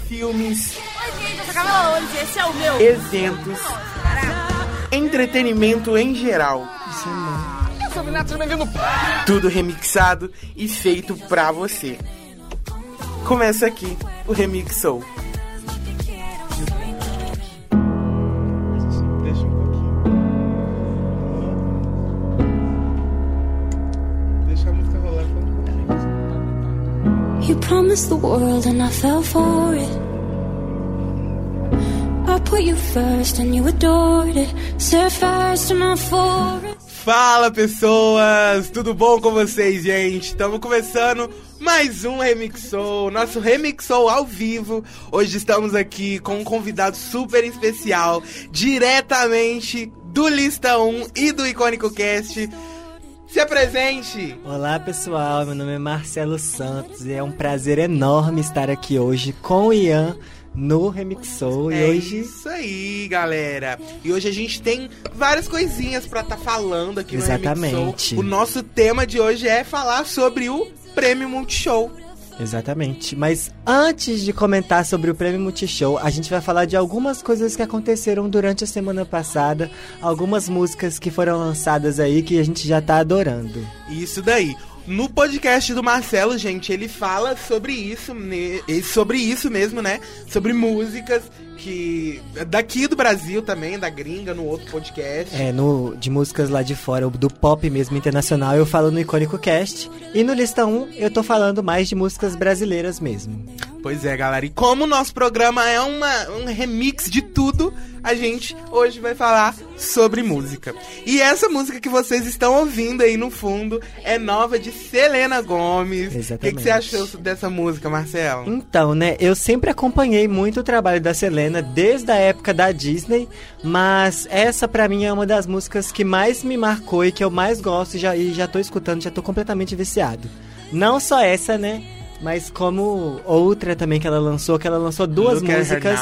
filmes, Oi, gente, eu sou Camila Loures e esse é o meu eventos, entretenimento em geral. Eu sou o Vinato, bem-vindo. Tudo remixado e feito pra você. Começa aqui o Remixou. Deixa um pouquinho. Deixa a música rolar um pouquinho. You promised the world and I fell for it. I put you first and you adored it. Set fires to my forest. Fala, pessoas! Tudo bom com vocês, gente? Estamos começando mais um Remixou, nosso Remixou ao vivo. Hoje estamos aqui com um convidado super especial, diretamente do Lista 1 e do Icônico Cast. Se apresente! Olá, pessoal, meu nome é Marcelo Santos e é um prazer enorme estar aqui hoje com o Ian no Remixou. E hoje... isso aí, galera. E hoje a gente tem várias coisinhas pra estar falando aqui no Remixou. O nosso tema de hoje é falar sobre o Prêmio Multishow. Exatamente. Mas antes de comentar sobre o Prêmio Multishow, a gente vai falar de algumas coisas que aconteceram durante a semana passada, algumas músicas que foram lançadas aí que a gente já tá adorando. Isso daí. No podcast do Marcelo, gente, ele fala sobre isso mesmo, né? Sobre músicas que... daqui do Brasil também, da gringa, no outro podcast. De músicas lá de fora, do pop mesmo, internacional, eu falo no Icônico Cast. E no Lista 1, eu tô falando mais de músicas brasileiras mesmo. Pois é, galera. E como o nosso programa é um remix de tudo, a gente hoje vai falar sobre música. E essa música que vocês estão ouvindo aí no fundo é nova de Selena Gomez. Exatamente. O que você achou dessa música, Marcelo? Então, né, eu sempre acompanhei muito o trabalho da Selena desde a época da Disney, mas essa pra mim é uma das músicas que mais me marcou e que eu mais gosto e já tô escutando, já tô completamente viciado. Não só essa, né, mas como outra também que ela lançou duas Look músicas.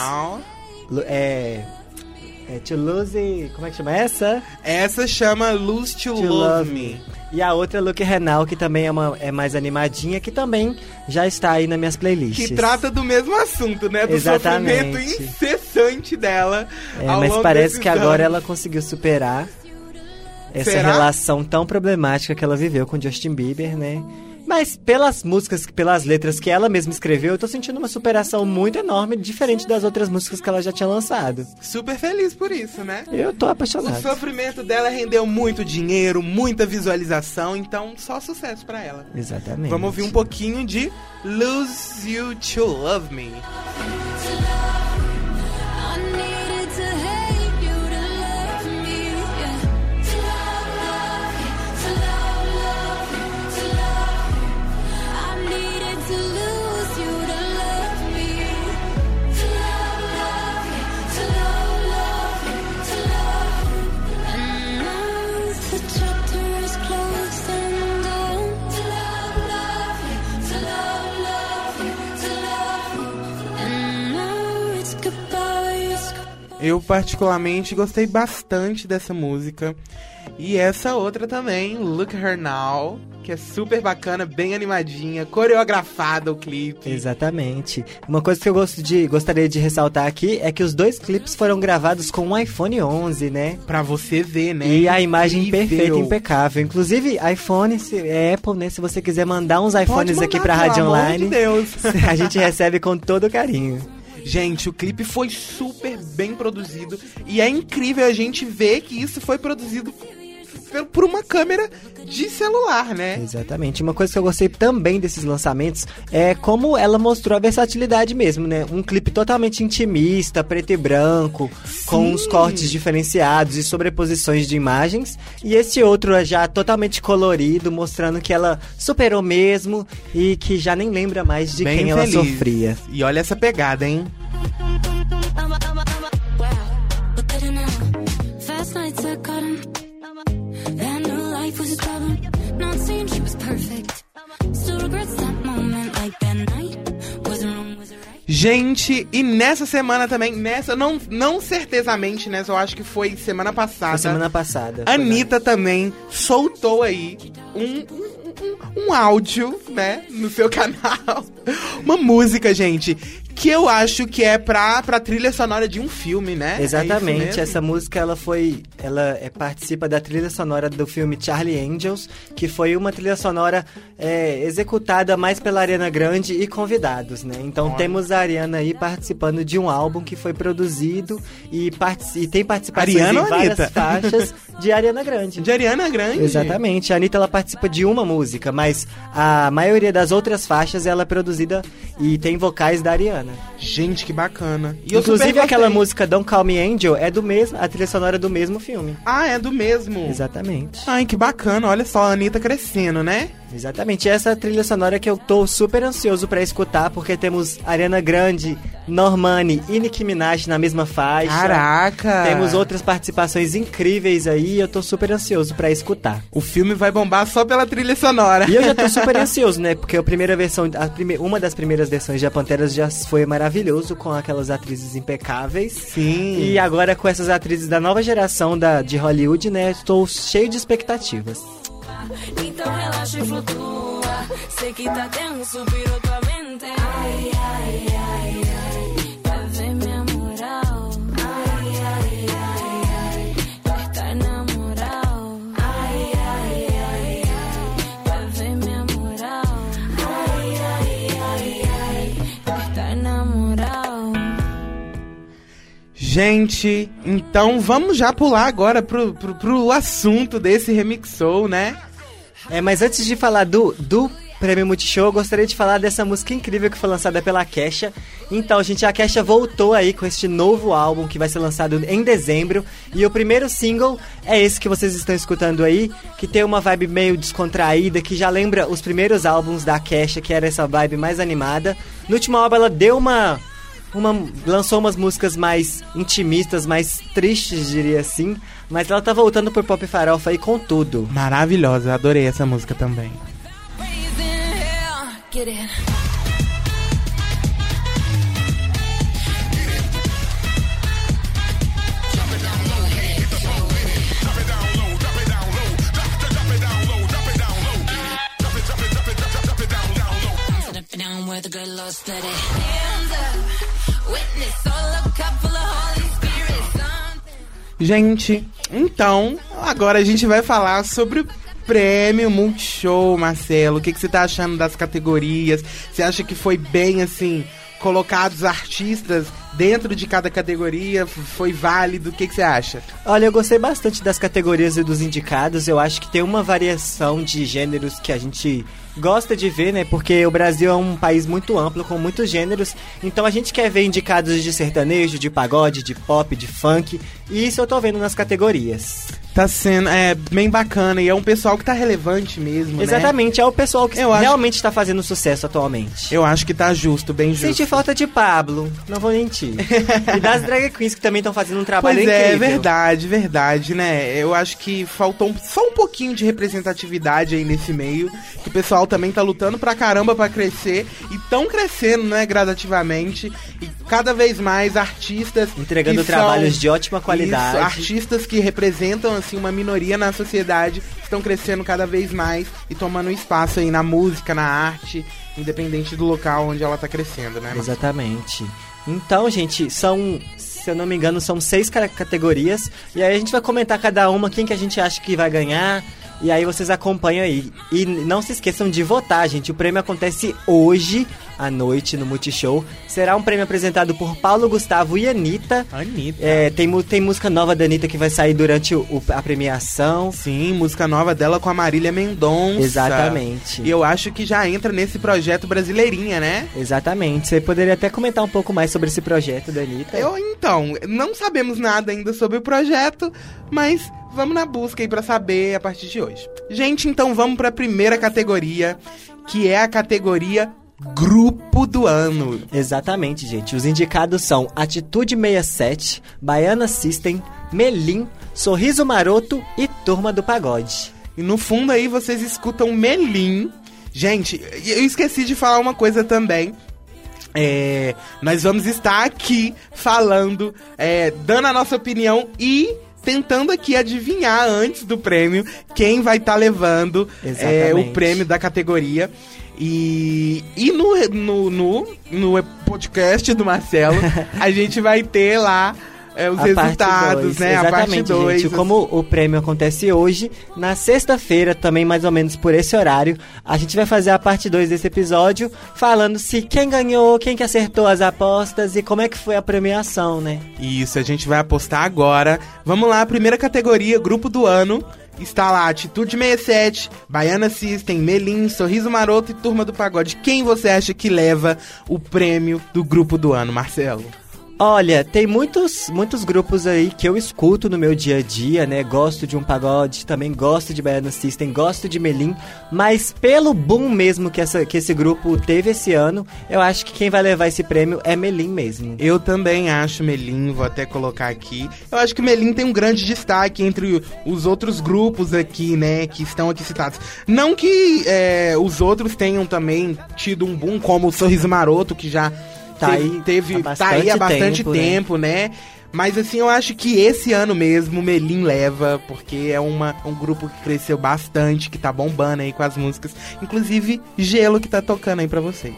To Lose... Como é que chama essa? Essa chama Lose to Love Me. E a outra, Look Her Now, que também é mais animadinha, que também já está aí nas minhas playlists. Que trata do mesmo assunto, né? Do sofrimento incessante dela. Mas parece que agora ela conseguiu superar essa relação tão problemática que ela viveu com Justin Bieber, né? Mas pelas músicas, pelas letras que ela mesma escreveu, eu tô sentindo uma superação muito enorme, diferente das outras músicas que ela já tinha lançado. Super feliz por isso, né? Eu tô apaixonado. O sofrimento dela rendeu muito dinheiro, muita visualização, então só sucesso pra ela. Exatamente. Vamos ouvir um pouquinho de Lose You to Love Me. Eu particularmente gostei bastante dessa música. E essa outra também, Look Her Now, que é super bacana, bem animadinha, coreografada o clipe. Exatamente. Uma coisa que eu gostaria de ressaltar aqui é que os dois clipes foram gravados com um iPhone 11, né? Pra você ver, né? E a imagem perfeita, impecável. Inclusive, iPhone, Apple, né? Se você quiser mandar uns iPhones aqui pra Rádio Online, de Deus. A gente recebe com todo carinho. Gente, o clipe foi super bem produzido e é incrível a gente ver que isso foi produzido por uma câmera de celular, né? Exatamente. Uma coisa que eu gostei também desses lançamentos é como ela mostrou a versatilidade mesmo, né? Um clipe totalmente intimista, preto e branco, sim, com uns cortes diferenciados e sobreposições de imagens. E esse outro é já totalmente colorido, mostrando que ela superou mesmo e que já nem lembra mais de bem quem feliz. Ela sofria. E olha essa pegada, hein? Gente, e nessa semana também, não certezamente, né, eu acho que foi semana passada. Foi semana passada. A Anitta também soltou aí um áudio, né, no seu canal. Uma música, gente, que eu acho que é pra trilha sonora de um filme, né? Exatamente, essa música ela participa da trilha sonora do filme Charlie Angels, que foi uma trilha sonora executada mais pela Ariana Grande e convidados, né? Então temos a Ariana aí participando de um álbum que foi produzido e tem participações Ariana em várias faixas de Ariana Grande. De Ariana Grande? Exatamente, a Anitta ela participa de uma música, mas a maioria das outras faixas ela é produzida e tem vocais da Ariana. Gente, que bacana. E inclusive aquela música Don't Call Me Angel é do mesmo, a trilha sonora é do mesmo filme. Ah, é do mesmo? Exatamente. Ai, que bacana, olha só, a Anitta crescendo, né? Exatamente, essa trilha sonora que eu tô super ansioso pra escutar, porque temos Ariana Grande, Normani e Nicki Minaj na mesma faixa. Caraca! Temos outras participações incríveis aí, eu tô super ansioso pra escutar. O filme vai bombar só pela trilha sonora. E eu já tô super ansioso, né, porque uma das primeiras versões de A Panteras já foi maravilhoso, com aquelas atrizes impecáveis. Sim. E agora com essas atrizes da nova geração de Hollywood, né, estou cheio de expectativas. Então relaxa e flutua. Sei que tá tenso, virou tua mente. Ai, ai, ai, ai. Vai ver minha moral. Ai, ai, ai, ai. Vai estar na moral. Ai, ai, ai, ai. Vai ver minha moral. Ai, ai, ai, ai. Vai estar na moral. Gente, então vamos já pular agora pro assunto desse Remixou, né? Mas antes de falar do Prêmio Multishow, eu gostaria de falar dessa música incrível que foi lançada pela Kesha. Então, gente, a Kesha voltou aí com este novo álbum que vai ser lançado em dezembro. E o primeiro single é esse que vocês estão escutando aí, que tem uma vibe meio descontraída, que já lembra os primeiros álbuns da Kesha, que era essa vibe mais animada. No último álbum ela deu lançou umas músicas mais intimistas, mais tristes, diria assim. Mas ela tá voltando pro pop farofa aí com tudo. Maravilhosa, adorei essa música também. Gente, então, agora a gente vai falar sobre o Prêmio Multishow, Marcelo. O que você tá achando das categorias? Você acha que foi bem, assim, colocados artistas dentro de cada categoria? Foi válido? O que você acha? Olha, eu gostei bastante das categorias e dos indicados. Eu acho que tem uma variação de gêneros que a gente gosta de ver, né? Porque o Brasil é um país muito amplo, com muitos gêneros. Então a gente quer ver indicados de sertanejo, de pagode, de pop, de funk. E isso eu tô vendo nas categorias. Tá sendo bem bacana e é um pessoal que tá relevante mesmo, Exatamente, né? É o pessoal que realmente tá fazendo sucesso atualmente. Eu acho que tá justo, bem justo. Senti falta de Pablo, não vou mentir. E das drag queens que também estão fazendo um trabalho incrível. Verdade, né? Eu acho que faltou só um pouquinho de representatividade aí nesse meio, que o pessoal também tá lutando pra caramba pra crescer e tão crescendo, né, gradativamente, e cada vez mais artistas entregando trabalhos de ótima qualidade. Isso, artistas que representam assim uma minoria na sociedade estão crescendo cada vez mais e tomando espaço aí na música, na arte, independente do local onde ela tá crescendo, né? Exatamente. Então, gente, se eu não me engano, são 6 categorias. E aí a gente vai comentar cada uma, quem que a gente acha que vai ganhar. E aí vocês acompanham aí. E não se esqueçam de votar, gente. O prêmio acontece hoje à noite no Multishow. Será um prêmio apresentado por Paulo Gustavo e Anitta. Tem música nova da Anitta que vai sair durante a premiação. Sim, música nova dela com a Marília Mendonça. Exatamente. E eu acho que já entra nesse projeto Brasileirinha, né? Exatamente. Você poderia até comentar um pouco mais sobre esse projeto da Anitta? Então, não sabemos nada ainda sobre o projeto, mas vamos na busca aí pra saber a partir de hoje. Gente, então vamos pra primeira categoria, que é a categoria Grupo do Ano. Exatamente, gente. Os indicados são Atitude 67, Baiana System, Melim, Sorriso Maroto e Turma do Pagode. E no fundo aí vocês escutam Melim. Gente, eu esqueci de falar uma coisa também. Nós vamos estar aqui falando, dando a nossa opinião e tentando aqui adivinhar antes do prêmio quem vai estar levando o prêmio da categoria. E no podcast do Marcelo, a gente vai ter lá os resultados, né? Exatamente, a parte 2. Gente, como o prêmio acontece hoje, na sexta-feira, também mais ou menos por esse horário, a gente vai fazer a parte 2 desse episódio, falando se quem ganhou, quem que acertou as apostas e como é que foi a premiação, né? Isso, a gente vai apostar agora. Vamos lá, primeira categoria, grupo do ano. Está lá Atitude 67, Baiana System, Melim, Sorriso Maroto e Turma do Pagode. Quem você acha que leva o prêmio do grupo do ano, Marcelo? Olha, tem muitos grupos aí que eu escuto no meu dia a dia, né? Gosto de um pagode, também gosto de Baiana System, gosto de Melim, mas pelo boom mesmo que esse grupo teve esse ano, eu acho que quem vai levar esse prêmio é Melim mesmo. Eu também acho Melim, vou até colocar aqui. Eu acho que Melim tem um grande destaque entre os outros grupos aqui, né? Que estão aqui citados. Não que os outros tenham também tido um boom, como o Sorriso Maroto, que já... Tá aí há bastante tempo, né? Mas assim, eu acho que esse ano mesmo Melim leva, porque é um grupo que cresceu bastante, que tá bombando aí com as músicas. Inclusive, Gelo, que tá tocando aí pra vocês.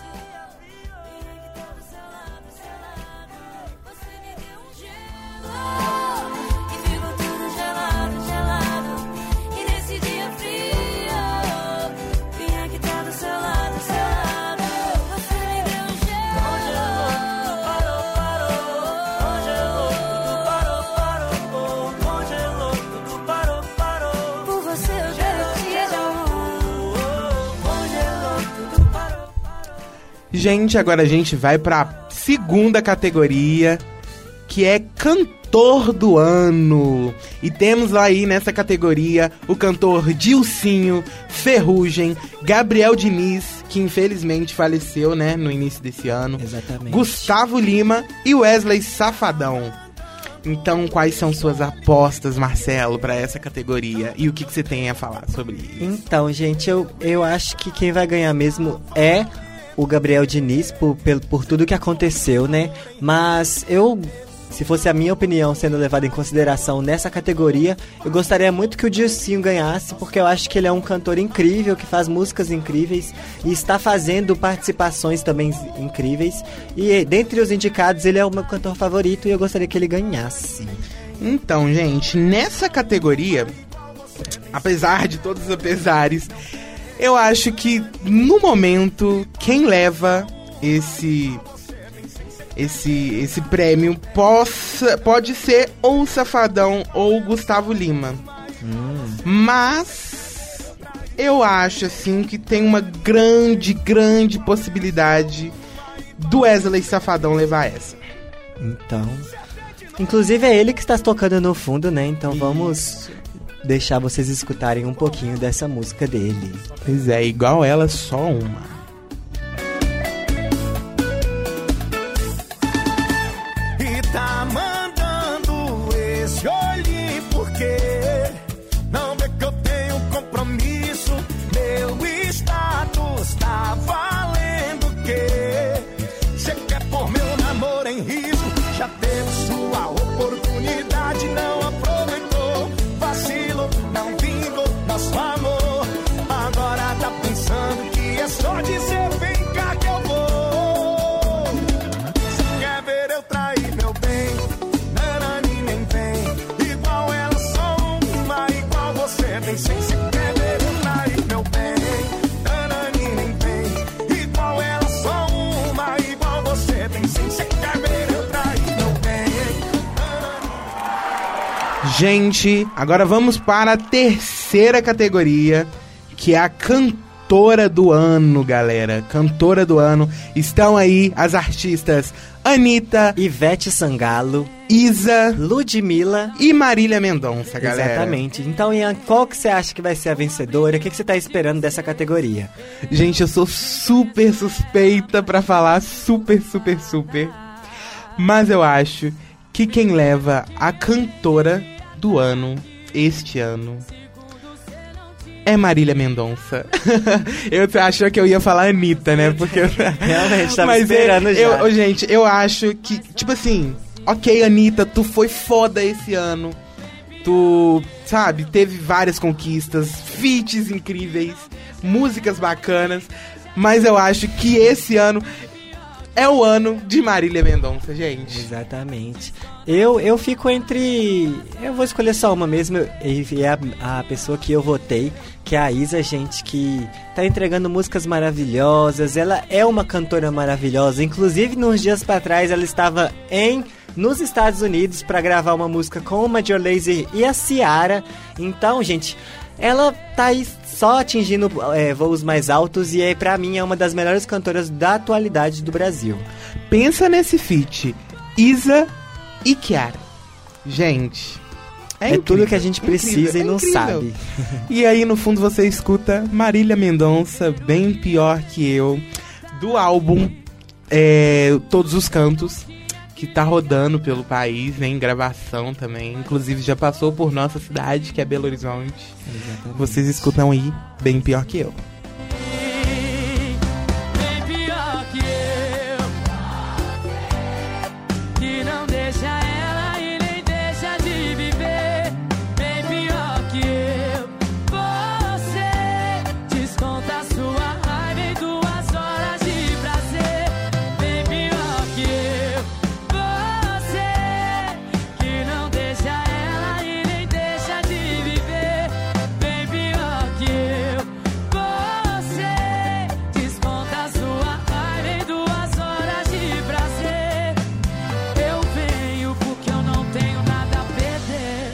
Gente, agora a gente vai pra segunda categoria, que é Cantor do Ano. E temos lá aí nessa categoria o cantor Dilcinho, Ferrugem, Gabriel Diniz, que infelizmente faleceu, né, no início desse ano. Exatamente. Gustavo Lima e Wesley Safadão. Então, quais são suas apostas, Marcelo, pra essa categoria? E o que você tem a falar sobre isso? Então, gente, eu acho que quem vai ganhar mesmo é o Gabriel Diniz, por tudo que aconteceu, né? Mas se fosse a minha opinião sendo levada em consideração nessa categoria, eu gostaria muito que o Dilcinho ganhasse, porque eu acho que ele é um cantor incrível, que faz músicas incríveis e está fazendo participações também incríveis. E dentre os indicados, ele é o meu cantor favorito e eu gostaria que ele ganhasse. Então, gente, nessa categoria, apesar de todos os apesares, eu acho que, no momento, quem leva esse prêmio pode ser ou o Safadão ou o Gustavo Lima. Mas eu acho, assim, que tem uma grande possibilidade do Wesley Safadão levar essa. Então, inclusive é ele que está tocando no fundo, né? Então vamos deixar vocês escutarem um pouquinho dessa música dele. Pois é, igual ela, só uma. E tá mandando esse olhinho porque não vê que eu tenho compromisso. Meu status tá valendo o quê? Cê quer pôr meu namoro em risco? Já teve sua oportunidade, não aproveitou. Vacilo, não vingou nosso amor. Agora tá pensando que é só dizer vem cá que eu vou. Cê quer ver eu trair meu bem? Nanani nem vem. Igual ela só uma, igual você tem sem. Cê quer ver eu trair meu bem? Nanani nem vem. Igual ela só uma, igual você tem sem. Cê quer ver eu trair meu bem? Gente, agora vamos para a terceira categoria, que é a Cantora do Ano, galera. Cantora do Ano. Estão aí as artistas Anitta, Ivete Sangalo, Isa, Ludmilla e Marília Mendonça, galera. Exatamente. Então, Ian, qual que você acha que vai ser a vencedora? O que você tá esperando dessa categoria? Gente, eu sou super suspeita pra falar, super. Mas eu acho que quem leva a Cantora do Ano este ano é Marília Mendonça. Eu achou que eu ia falar Anitta, né? Porque realmente tava esperando já. Gente, eu acho que, tipo assim, ok, Anitta, tu foi foda esse ano. Tu, sabe, teve várias conquistas, feats incríveis, músicas bacanas, mas eu acho que esse ano é o ano de Marília Mendonça, gente. Exatamente. Eu fico entre... Eu vou escolher só uma mesmo, e é a pessoa que eu votei, que é a Isa, gente, que tá entregando músicas maravilhosas. Ela é uma cantora maravilhosa. Inclusive, nos dias pra trás, ela estava nos Estados Unidos para gravar uma música com o Major Lazer e a Ciara. Então, gente, ela tá aí só atingindo voos mais altos e pra mim é uma das melhores cantoras da atualidade do Brasil. Pensa nesse feat, Isa e Ciara. Gente, é incrível, tudo que a gente precisa incrível, e não sabe. E aí no fundo você escuta Marília Mendonça, Bem Pior Que Eu, do álbum Todos os Cantos, que tá rodando pelo país, em gravação também. Inclusive já passou por nossa cidade, que é Belo Horizonte. Exatamente. Vocês escutam aí Bem Pior Que Eu. Bem pior que eu, que não deixa ela e nem deixa de viver. Bem pior que eu, você desconta sua raiva em 2 horas de prazer. Bem pior que eu, você que não deixa ela e nem deixa de viver. Bem pior que eu, você desconta sua raiva em 2 horas de prazer. Eu venho porque eu não tenho nada a perder.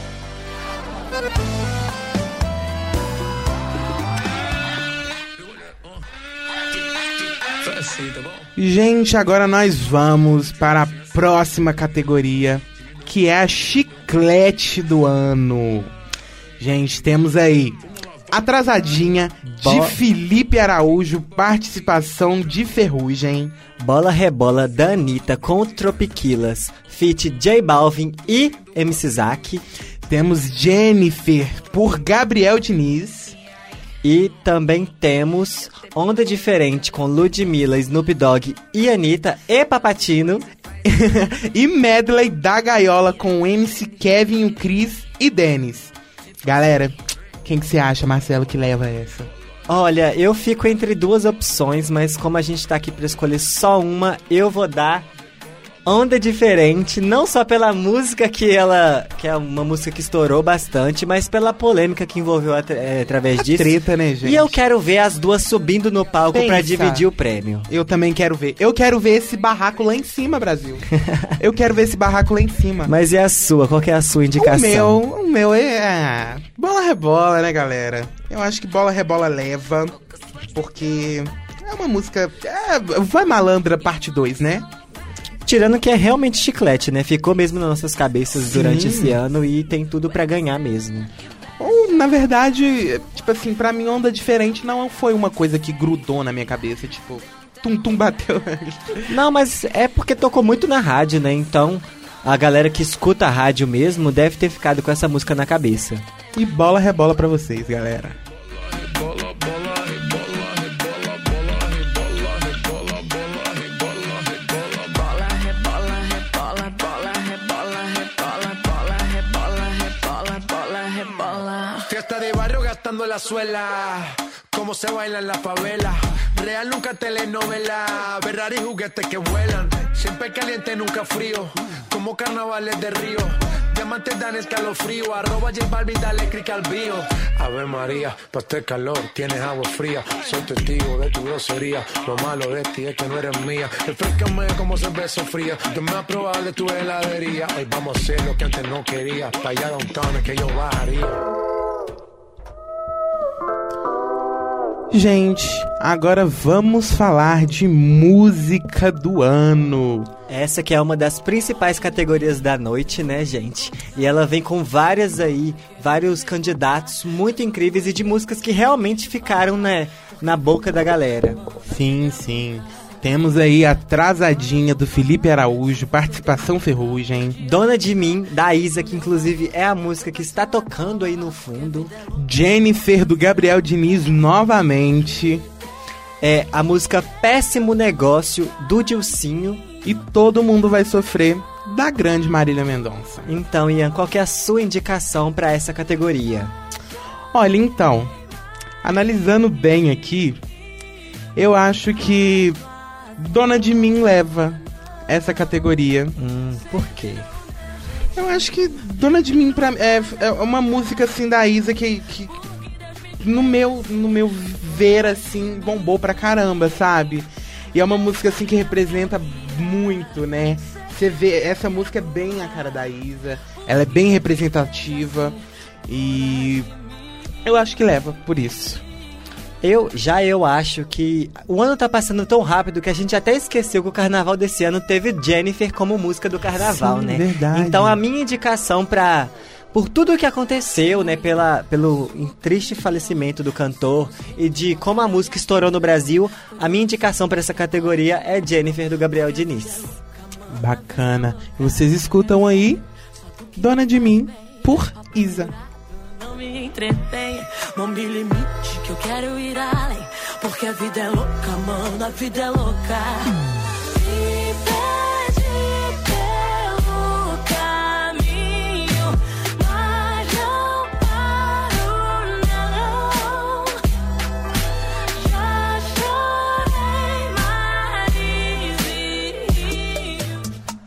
Gente, agora nós vamos para a próxima categoria, que é a chiclete do ano. Gente, temos aí Atrasadinha, de Felipe Araújo, participação de Ferrugem. Bola Rebola da Anitta com Tropiquilas, feat J Balvin e MC Zack. Temos Jennifer, por Gabriel Diniz. E também temos Onda Diferente com Ludmilla, Snoop Dogg e Anitta e Papatino. E Medley da Gaiola com o MC Kevin, o Cris e Denis. Galera, quem que você acha, Marcelo, que leva essa? Olha, eu fico entre 2 opções, mas como a gente tá aqui pra escolher só uma, eu vou dar Onda Diferente, não só pela música que é uma música que estourou bastante, mas pela polêmica que envolveu através disso. Treta, né, gente? E eu quero ver as duas subindo no palco Pensa. pra dividir o prêmio. Eu também quero ver. Eu quero ver esse barraco lá em cima, Brasil. Eu quero ver esse barraco lá em cima. Mas e a sua? Qual que é a sua indicação? O meu é... Bola Rebola, né, galera? Eu acho que Bola Rebola leva, porque é uma música... Vai Malandra parte 2, né? Tirando que é realmente chiclete, né? Ficou mesmo nas nossas cabeças durante esse ano e tem tudo pra ganhar mesmo. Ou, na verdade, tipo assim, pra mim, Onda Diferente não foi uma coisa que grudou na minha cabeça, tipo, tum-tum bateu. Não, mas é porque tocou muito na rádio, né? Então, a galera que escuta a rádio mesmo deve ter ficado com essa música na cabeça. E Bola Rebola pra vocês, galera. Fiesta de barrio gastando la suela, como se baila en la favela. Real nunca telenovela, Ferrari juguetes que vuelan. Siempre caliente, nunca frío, como carnavales de Río. Diamantes dan escalofrío, arroba J Balvin, dale click al bio. Ave María, pa' este calor tienes agua fría. Soy testigo de tu grosería, lo malo de ti es que no eres mía. Refrescame como cerveza fría, yo me voy a probar de tu heladería. Hoy vamos a hacer lo que antes no quería, pa' allá downtown es que yo bajaría. Gente, agora vamos falar de música do ano. Essa que é uma das principais categorias da noite, né, gente? E ela vem com vários candidatos muito incríveis e de músicas que realmente ficaram, né, na boca da galera. Sim, sim. Temos aí Atrasadinha, do Felipe Araújo, participação Ferrugem. Dona de Mim, da Isa, que inclusive é a música que está tocando aí no fundo. Jennifer, do Gabriel Diniz, novamente. É a música Péssimo Negócio, do Dilcinho. E Todo Mundo Vai Sofrer, da grande Marília Mendonça. Então, Ian, qual que é a sua indicação para essa categoria? Olha, então, analisando bem aqui, eu acho que Dona de Mim leva essa categoria. Por quê? Eu acho que Dona de Mim é uma música assim da Isa que no meu ver assim bombou pra caramba, sabe? E é uma música assim que representa muito, né? Você vê, essa música é bem a cara da Isa, ela é bem representativa e eu acho que leva por isso. Eu acho que o ano tá passando tão rápido que a gente até esqueceu que o carnaval desse ano teve Jennifer como música do carnaval, sim, né? Verdade. Então a minha indicação por tudo o que aconteceu, né, pelo triste falecimento do cantor e de como a música estourou no Brasil, a minha indicação para essa categoria é Jennifer, do Gabriel Diniz. Bacana. E vocês escutam aí Dona de Mim, por Isa. Não me entretenha, não me limite que eu quero ir além, porque a vida é louca, mano, a vida é louca. Me pede pelo caminho, mas não paro, não. Já chorei mares e rios.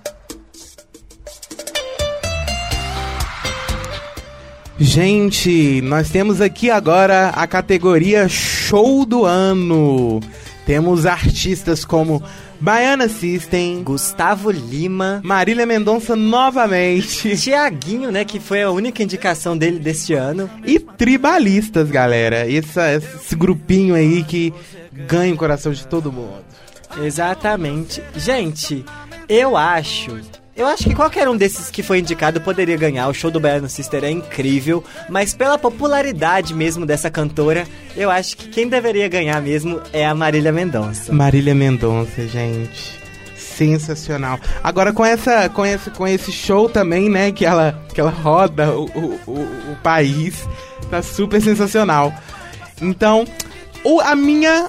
Gente, nós temos aqui agora a categoria Show do Ano. Temos artistas como Baiana System, Gustavo Lima, Marília Mendonça novamente Thiaguinho, né, que foi a única indicação dele deste ano. e Tribalistas, galera. Esse grupinho aí que ganha o coração de todo mundo. Exatamente. Gente, eu acho que qualquer um desses que foi indicado poderia ganhar. O show do Baiano System é incrível, mas pela popularidade mesmo dessa cantora, eu acho que quem deveria ganhar mesmo é a Marília Mendonça. Marília Mendonça, gente. Sensacional. Agora com esse show também, né, que ela roda o país, tá super sensacional. Então, a minha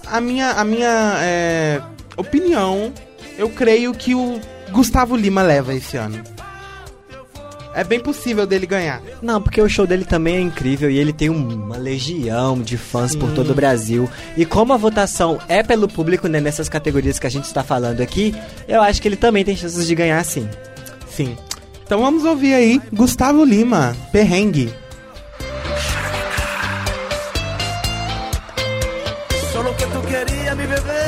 opinião, eu creio que o Gustavo Lima leva esse ano. É bem possível dele ganhar. Não, porque o show dele também é incrível e ele tem uma legião de fãs por todo o Brasil. E como a votação é pelo público, né, nessas categorias que a gente está falando aqui, eu acho que ele também tem chances de ganhar, sim. Sim. Então vamos ouvir aí Gustavo Lima, Perrengue. Solo que tu queria, mi bebê.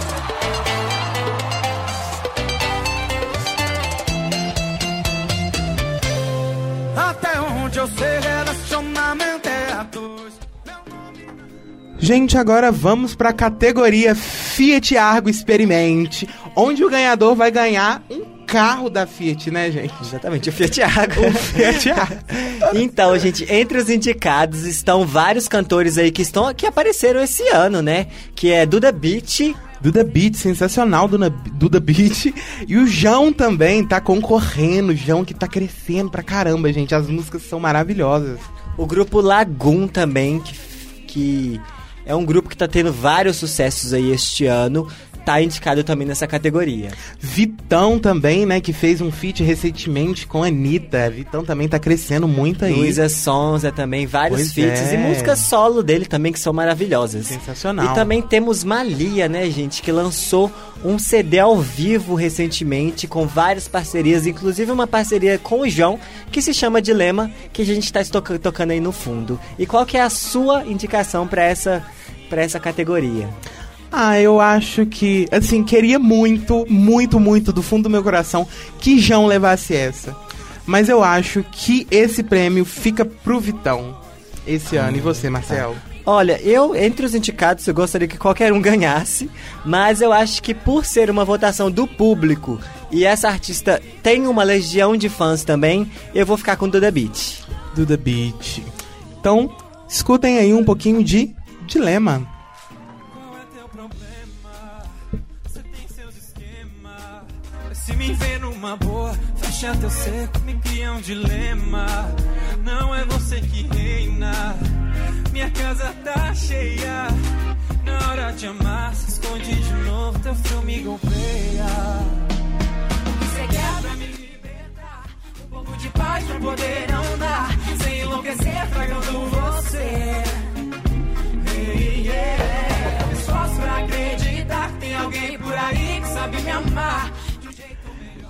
Até onde eu sei, relacionamento é a dois. Gente, agora vamos pra categoria Fiat Argo Experimente, onde o ganhador vai ganhar um carro da Fiat, né, gente? Exatamente, o Fiat Argo. O Fiat Argo. Então, gente, entre os indicados estão vários cantores aí que apareceram esse ano, né? Que é Duda Beat. Duda Beat, sensacional, Duda Beat. E o João também tá concorrendo. O João que tá crescendo pra caramba, gente. As músicas são maravilhosas. O grupo Lagoon também, que é um grupo que tá tendo vários sucessos aí este ano. Tá indicado também nessa categoria. Vitão também, né, que fez um feat recentemente com a Anitta. Vitão também tá crescendo muito aí. Luísa Sonza também, vários Pois feats. é. E músicas solo dele também, que são maravilhosas. Sensacional. E também temos Malia, né, gente, que lançou um CD ao vivo recentemente, com várias parcerias, inclusive uma parceria com o João, que se chama Dilema, que a gente tá tocando aí no fundo. E qual que é a sua indicação pra essa categoria? Eu acho que, assim, queria muito, muito, muito do fundo do meu coração que João levasse essa. Mas eu acho que esse prêmio fica pro Vitão esse ano. E você, Marcel? Olha, entre os indicados, eu gostaria que qualquer um ganhasse, mas eu acho que por ser uma votação do público e essa artista tem uma legião de fãs também, eu vou ficar com Duda Beat. Duda Beat. Então, escutem aí um pouquinho de Dilema. Se me vê numa boa, fecha teu cerco, me cria um dilema. Não é você que reina, minha casa tá cheia. Na hora de amar, se esconde de novo, teu frio me golpeia. Você quer pra me libertar, um pouco de paz pra poder andar, sem enlouquecer, fragando você.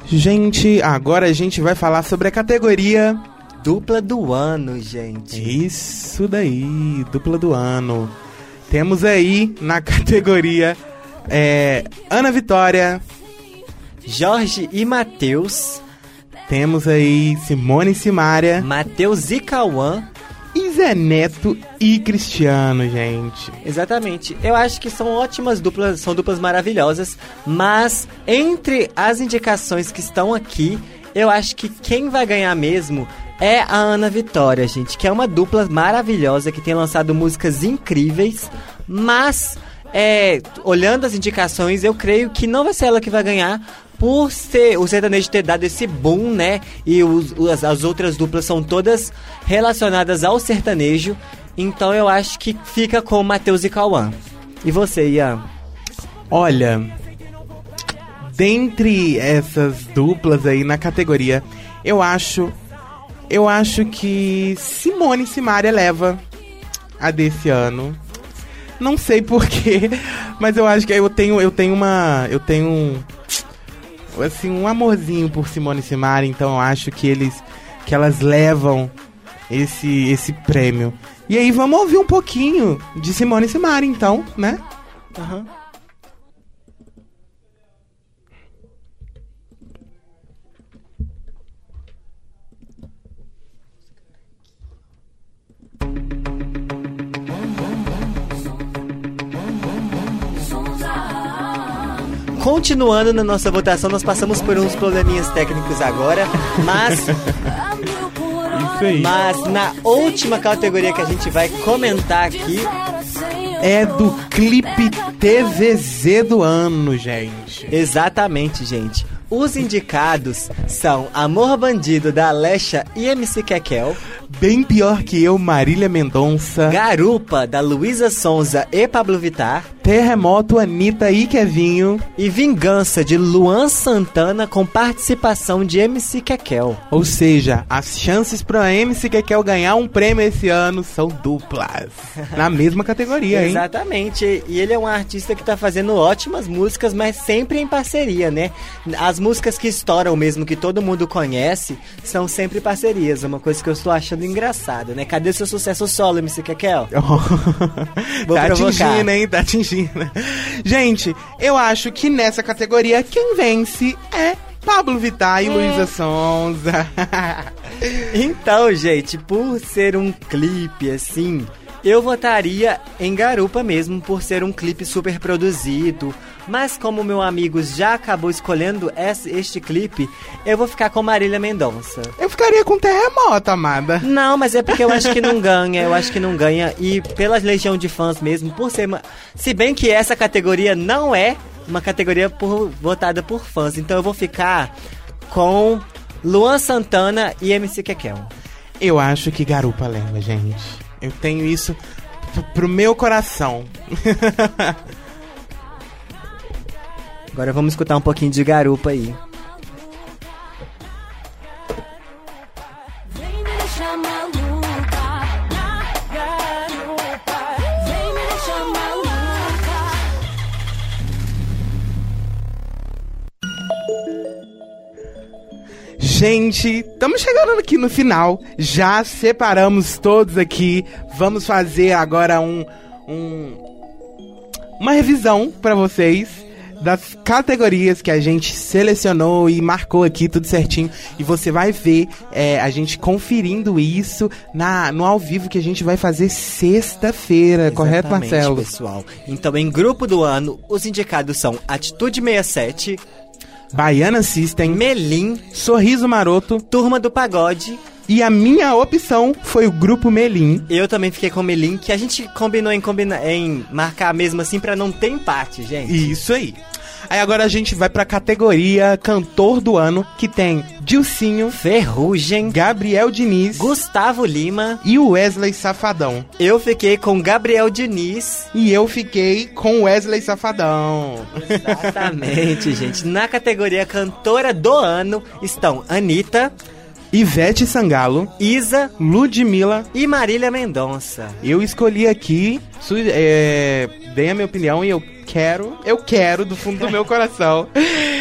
Gente, agora a gente vai falar sobre a categoria... Dupla do ano, gente. Isso daí, dupla do ano. Temos aí na categoria Ana Vitória, Jorge e Matheus. temos aí Simone e Simária, Matheus e Cauã. e Zé Neto e Cristiano, gente. Exatamente. Eu acho que são ótimas duplas, são duplas maravilhosas, mas entre as indicações que estão aqui, eu acho que quem vai ganhar mesmo é a Ana Vitória, gente, que é uma dupla maravilhosa, que tem lançado músicas incríveis, mas olhando as indicações, eu creio que não vai ser ela que vai ganhar, por ser o sertanejo ter dado esse boom, né? E as outras duplas são todas relacionadas ao sertanejo. Então eu acho que fica com Matheus e Cauã. E você, Ian? Olha, dentre essas duplas aí na categoria, eu acho que Simone e Simária leva a desse ano. Não sei porquê, mas eu acho que eu tenho assim, um amorzinho por Simone e Simária, então eu acho que elas levam esse prêmio. E aí vamos ouvir um pouquinho de Simone e Simária, então, né? Aham. Continuando na nossa votação, nós passamos por uns probleminhas técnicos agora, mas Isso aí. na última categoria que a gente vai comentar aqui, É do clipe TVZ do ano, gente. exatamente, gente. Os indicados são Amor Bandido, da Alexa e MC Kekel, Bem Pior Que Eu, Marília Mendonça, Garupa, da Luísa Sonza e Pablo Vittar, Terremoto, Anitta e Kevinho. e Vingança, de Luan Santana, com participação de MC Kekel. Ou seja, as chances pra MC Kekel ganhar um prêmio esse ano são duplas. Na mesma categoria, hein? Exatamente, e ele é um artista que tá fazendo ótimas músicas, mas sempre em parceria, né? As músicas que estouram mesmo, que todo mundo conhece, são sempre parcerias, uma coisa que eu estou achando engraçado, né? Cadê seu sucesso solo, MC Kekel? Vou Tá provocar. atingindo, hein? Tá atingindo. Gente, eu acho que nessa categoria quem vence é Pablo Vittar e Luísa Sonza. Então, gente, por ser um clipe assim, eu votaria em Garupa mesmo, por ser um clipe super produzido. Mas como meu amigo já acabou escolhendo este clipe, eu vou ficar com Marília Mendonça. Eu ficaria com Terremoto, amada. Não, mas é porque eu acho que não ganha, e pela legião de fãs mesmo, por ser se bem que essa categoria não é uma categoria votada por fãs, então eu vou ficar com Luan Santana e MC Kekel. Eu acho que Garupa leva, gente. Eu tenho isso pro meu coração. Agora vamos escutar um pouquinho de Garupa aí. Vem me deixar maluca na garupa. Vem me deixar maluca. Gente, estamos chegando aqui no final. Já separamos todos aqui. Vamos fazer agora uma revisão pra vocês das categorias que a gente selecionou e marcou aqui tudo certinho. E você vai ver a gente conferindo isso no ao vivo que a gente vai fazer sexta-feira, correto, Marcelo? Pessoal. Então, em grupo do ano, os indicados são Atitude 67, Baiana System, Melim, Sorriso Maroto, Turma do Pagode. e a minha opção foi o Grupo Melim. Eu também fiquei com Melim, que a gente combinou em marcar mesmo assim pra não ter empate, gente. Isso aí. Aí agora a gente vai pra categoria Cantor do Ano, que tem Dilcinho, Ferrugem, Gabriel Diniz Gustavo Lima. e o Wesley Safadão. Eu fiquei com Gabriel Diniz. E eu fiquei com Wesley Safadão. Exatamente, gente. Na categoria Cantora do Ano estão Anitta, Ivete Sangalo, Isa Ludmilla. e Marília Mendonça. Eu escolhi aqui, dei a minha opinião e eu quero do fundo do meu coração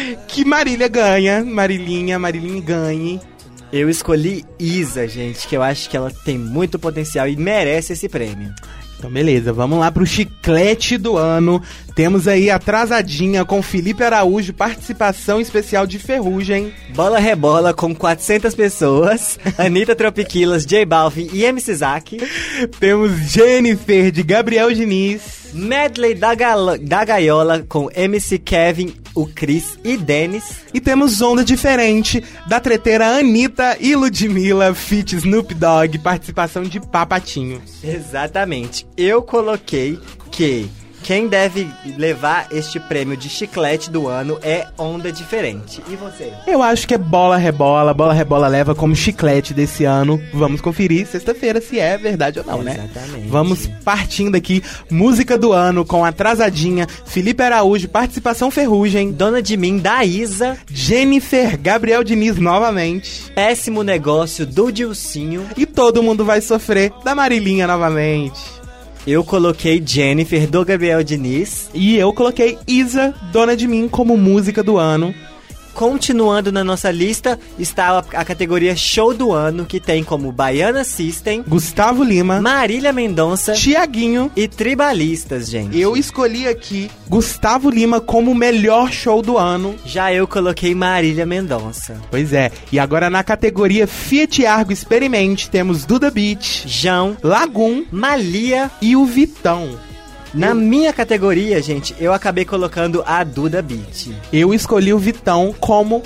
que Marília ganha. Marília ganhe. Eu escolhi Isa, gente, que eu acho que ela tem muito potencial e merece esse prêmio. Então beleza, vamos lá pro chiclete do ano. Temos aí Atrasadinha com Felipe Araújo, participação especial de Ferrugem. Bola Rebola com 400 pessoas, Anitta Tropiquilas, J Balvin e MC Zack. Temos Jennifer de Gabriel Diniz. Medley da Gaiola com MC Kevin, o Cris e Denis. E temos Onda Diferente da treteira Anitta e Ludmilla, feat Snoop Dogg, participação de Papatinho. Exatamente. Eu coloquei que quem deve levar este prêmio de chiclete do ano é Onda Diferente. E você? Eu acho que é Bola Rebola. Bola Rebola leva como chiclete desse ano. Vamos conferir sexta-feira se é verdade ou não, né? Exatamente. Vamos partindo aqui. Música do ano com Atrasadinha, Felipe Araújo, participação Ferrugem. Dona de Mim, da Isa. Jennifer, Gabriel Diniz novamente. Péssimo Negócio, do Dilcinho. E Todo Mundo Vai Sofrer, da Marilinha novamente. Eu coloquei Jennifer, do Gabriel Diniz. E eu coloquei Isa, Dona de Mim, como música do ano. Continuando na nossa lista, está a categoria Show do Ano, que tem como Baiana System, Gustavo Lima, Marília Mendonça, Thiaguinho e Tribalistas, gente. Eu escolhi aqui Gustavo Lima como melhor show do ano. Já eu coloquei Marília Mendonça. Pois é, e agora na categoria Fiat Argo Experimente temos Duda Beat, João, Lagum, Malia e o Vitão. Na minha categoria, gente, eu acabei colocando a Duda Beat. Eu escolhi o Vitão como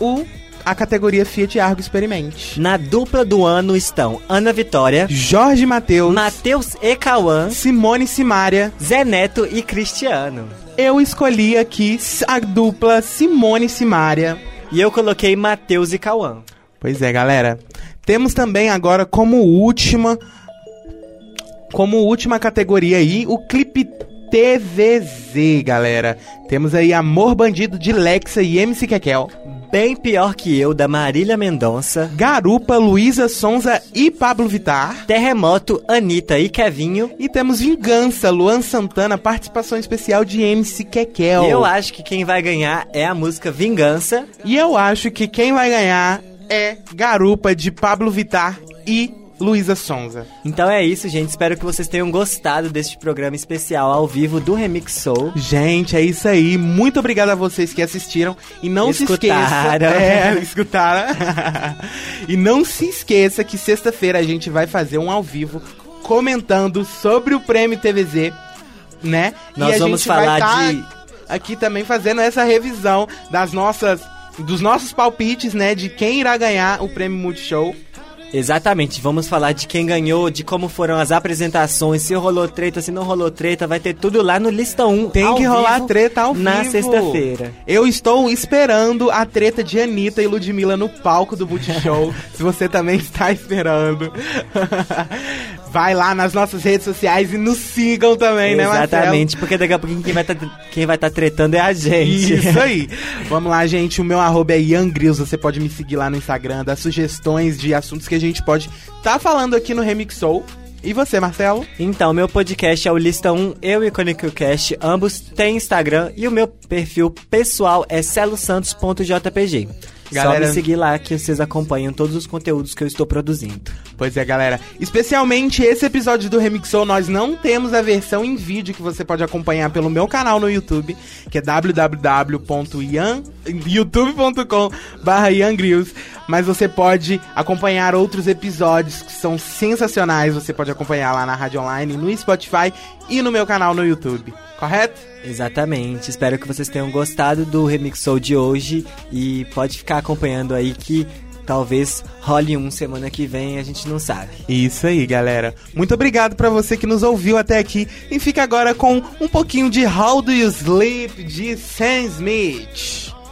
a categoria Fiat Argo Experimente. Na dupla do ano estão Ana Vitória, Jorge Mateus, Matheus e Cauã, Simone Simaria, Zé Neto e Cristiano. Eu escolhi aqui a dupla Simone Simaria. E eu coloquei Matheus e Cauã. Pois é, galera. Temos também agora como última categoria aí, o clipe TVZ, galera. Temos aí Amor Bandido de Lexa e MC Kekel. Bem Pior Que Eu, da Marília Mendonça. Garupa, Luísa Sonza e Pablo Vittar. Terremoto, Anitta e Kevinho. E temos Vingança, Luan Santana, participação especial de MC Kekel. Eu acho que quem vai ganhar é a música Vingança. E eu acho que quem vai ganhar é Garupa, de Pablo Vittar e Luísa Sonza. Então é isso, gente. Espero que vocês tenham gostado deste programa especial ao vivo do Remix Soul. Gente, é isso aí. Muito obrigado a vocês que assistiram. E não se esqueça... escutaram. E não se esqueça que sexta-feira a gente vai fazer um ao vivo comentando sobre o Prêmio TVZ, né? Nós e a vamos gente falar vai aqui também fazendo essa revisão dos nossos palpites, né? De quem irá ganhar o Prêmio Multishow. Exatamente, vamos falar de quem ganhou, de como foram as apresentações, se rolou treta, se não rolou treta, vai ter tudo lá no Lista 1. Tem que rolar treta ao vivo. Na sexta-feira. Eu estou esperando a treta de Anitta e Ludmilla no palco do Multishow, se você também está esperando. Vai lá nas nossas redes sociais e nos sigam também, né, Marcelo? Exatamente, porque daqui a pouquinho quem vai tá tretando é a gente. Isso aí. Vamos lá, gente. O meu arroba é YanGrills. Você pode me seguir lá no Instagram, dar sugestões de assuntos que a gente pode tá falando aqui no Remix Soul. E você, Marcelo? Então, meu podcast é o Lista 1, eu e o ConicoCast, ambos têm Instagram e o meu perfil pessoal é celosantos.jpg. Galera, só me seguir lá que vocês acompanham todos os conteúdos que eu estou produzindo. Pois é, galera. Especialmente esse episódio do Remix Soul, nós não temos a versão em vídeo que você pode acompanhar pelo meu canal no YouTube, que é www.youtube.com/YanGrills. Mas você pode acompanhar outros episódios que são sensacionais. Você pode acompanhar lá na Rádio Online, no Spotify e no meu canal no YouTube. Correto? Exatamente. Espero que vocês tenham gostado do Remix Soul de hoje e pode ficar acompanhando aí que talvez role um semana que vem, a gente não sabe. Isso aí, galera. Muito obrigado pra você que nos ouviu até aqui e fica agora com um pouquinho de How Do You Sleep de Sam Smith.